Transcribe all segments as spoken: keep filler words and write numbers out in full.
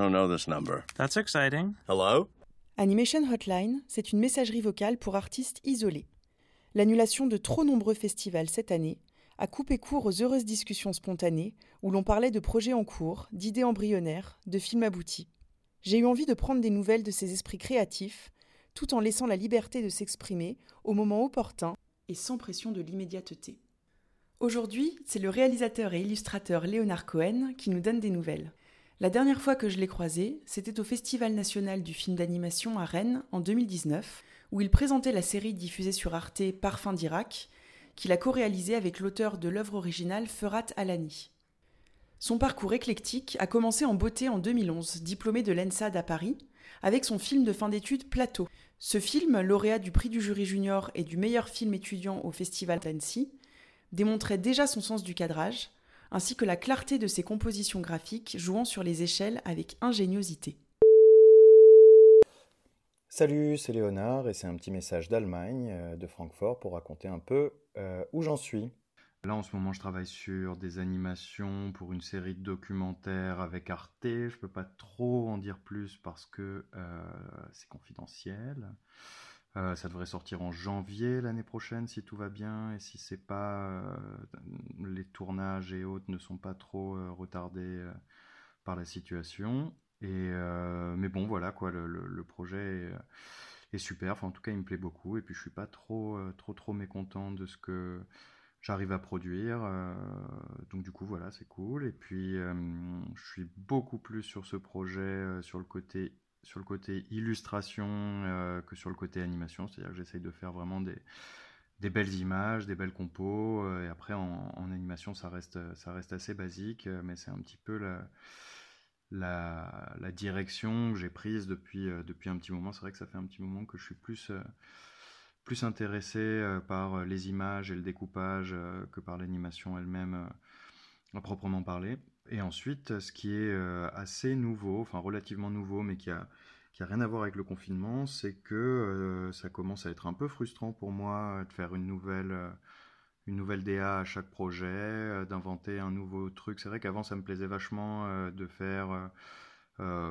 don't know this number. That's exciting. Hello? Animation Hotline, c'est une messagerie vocale pour artistes isolés. L'annulation de trop nombreux festivals cette année a coupé court aux heureuses discussions spontanées où l'on parlait de projets en cours, d'idées embryonnaires, de films aboutis. J'ai eu envie de prendre des nouvelles de ces esprits créatifs, tout en laissant la liberté de s'exprimer au moment opportun et sans pression de l'immédiateté. Aujourd'hui, c'est le réalisateur et illustrateur Leonard Cohen qui nous donne des nouvelles. La dernière fois que je l'ai croisé, c'était au Festival national du film d'animation à Rennes en deux mille dix-neuf, où il présentait la série diffusée sur Arte Parfum d'Irak, qu'il a co-réalisée avec l'auteur de l'œuvre originale Ferat Alani. Son parcours éclectique a commencé en beauté en deux mille onze, diplômé de l'ENSAD à Paris, avec son film de fin d'études Plateau. Ce film, lauréat du prix du jury junior et du meilleur film étudiant au Festival d'Annecy, démontrait déjà son sens du cadrage, ainsi que la clarté de ses compositions graphiques jouant sur les échelles avec ingéniosité. Salut, c'est Léonard et c'est un petit message d'Allemagne, euh, de Francfort, pour raconter un peu euh, où j'en suis. Là, en ce moment, je travaille sur des animations pour une série de documentaires avec Arte. Je peux pas trop en dire plus parce que euh, c'est confidentiel. Euh, ça devrait sortir en janvier l'année prochaine si tout va bien et si c'est pas euh, les tournages et autres ne sont pas trop euh, retardés euh, par la situation. Et euh, mais bon, voilà quoi, le, le, le projet est, est super. Enfin, en tout cas, il me plaît beaucoup. Et puis, je suis pas trop, euh, trop, trop mécontent de ce que j'arrive à produire. Euh, donc, du coup, voilà, c'est cool. Et puis, euh, je suis beaucoup plus sur ce projet, euh, sur le côté, sur le côté illustration euh, que sur le côté animation. C'est-à-dire que j'essaye de faire vraiment des, des belles images, des belles compos. Euh, et après, en, en animation, ça reste, ça reste assez basique. Mais c'est un petit peu la... La, la direction que j'ai prise depuis, euh, depuis un petit moment. C'est vrai que ça fait un petit moment que je suis plus, euh, plus intéressé euh, par les images et le découpage euh, que par l'animation elle-même euh, à proprement parler. Et ensuite, ce qui est euh, assez nouveau, enfin relativement nouveau, mais qui a, qui a rien à voir avec le confinement, c'est que euh, ça commence à être un peu frustrant pour moi de faire une nouvelle... Euh, une nouvelle D A à chaque projet, euh, d'inventer un nouveau truc. C'est vrai qu'avant, ça me plaisait vachement euh, de faire euh, euh,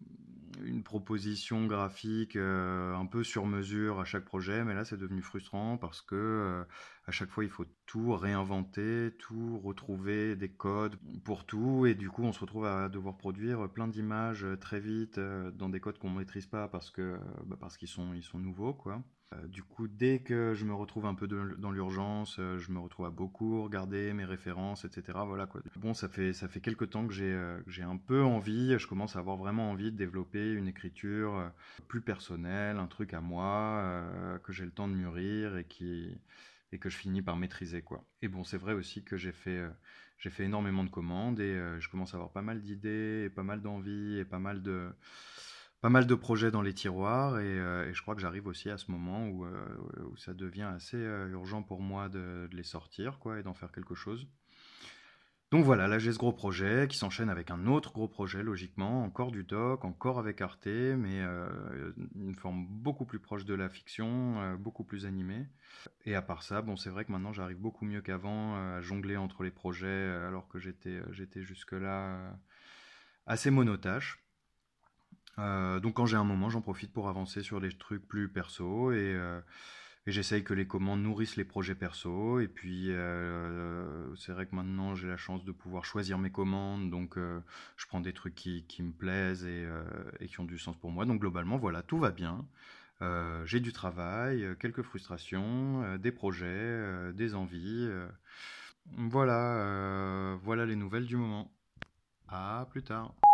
une proposition graphique euh, un peu sur mesure à chaque projet, mais là, c'est devenu frustrant parce que euh, à chaque fois, il faut tout réinventer, tout retrouver des codes pour tout, et du coup, on se retrouve à devoir produire plein d'images très vite euh, dans des codes qu'on ne maîtrise pas parce que bah, parce qu'ils sont, ils sont nouveaux, quoi. Euh, du coup, dès que je me retrouve un peu de, dans l'urgence, euh, je me retrouve à beaucoup regarder mes références, et cetera. Voilà, quoi. Bon, ça fait, ça fait quelques temps que j'ai, euh, que j'ai un peu envie, je commence à avoir vraiment envie de développer une écriture euh, plus personnelle, un truc à moi, euh, que j'ai le temps de mûrir et, qui, et que je finis par maîtriser, quoi. Et bon, c'est vrai aussi que j'ai fait, euh, j'ai fait énormément de commandes et euh, je commence à avoir pas mal d'idées, et pas mal d'envies et pas mal de... Pas mal de projets dans les tiroirs et, euh, et je crois que j'arrive aussi à ce moment où, euh, où ça devient assez euh, urgent pour moi de, de les sortir, quoi, et d'en faire quelque chose. Donc voilà, là j'ai ce gros projet qui s'enchaîne avec un autre gros projet, logiquement, encore du doc, encore avec Arte, mais euh, une forme beaucoup plus proche de la fiction, euh, beaucoup plus animée. Et à part ça, bon, c'est vrai que maintenant j'arrive beaucoup mieux qu'avant euh, à jongler entre les projets, euh, alors que j'étais, j'étais jusque-là euh, assez monotache. Euh, donc quand j'ai un moment, j'en profite pour avancer sur les trucs plus perso et, euh, et j'essaye que les commandes nourrissent les projets perso. Et puis euh, c'est vrai que maintenant j'ai la chance de pouvoir choisir mes commandes, donc euh, je prends des trucs qui, qui me plaisent et, euh, et qui ont du sens pour moi. Donc globalement, voilà, tout va bien. Euh, j'ai du travail, quelques frustrations, euh, des projets, euh, des envies. Euh, voilà, euh, voilà les nouvelles du moment. À plus tard.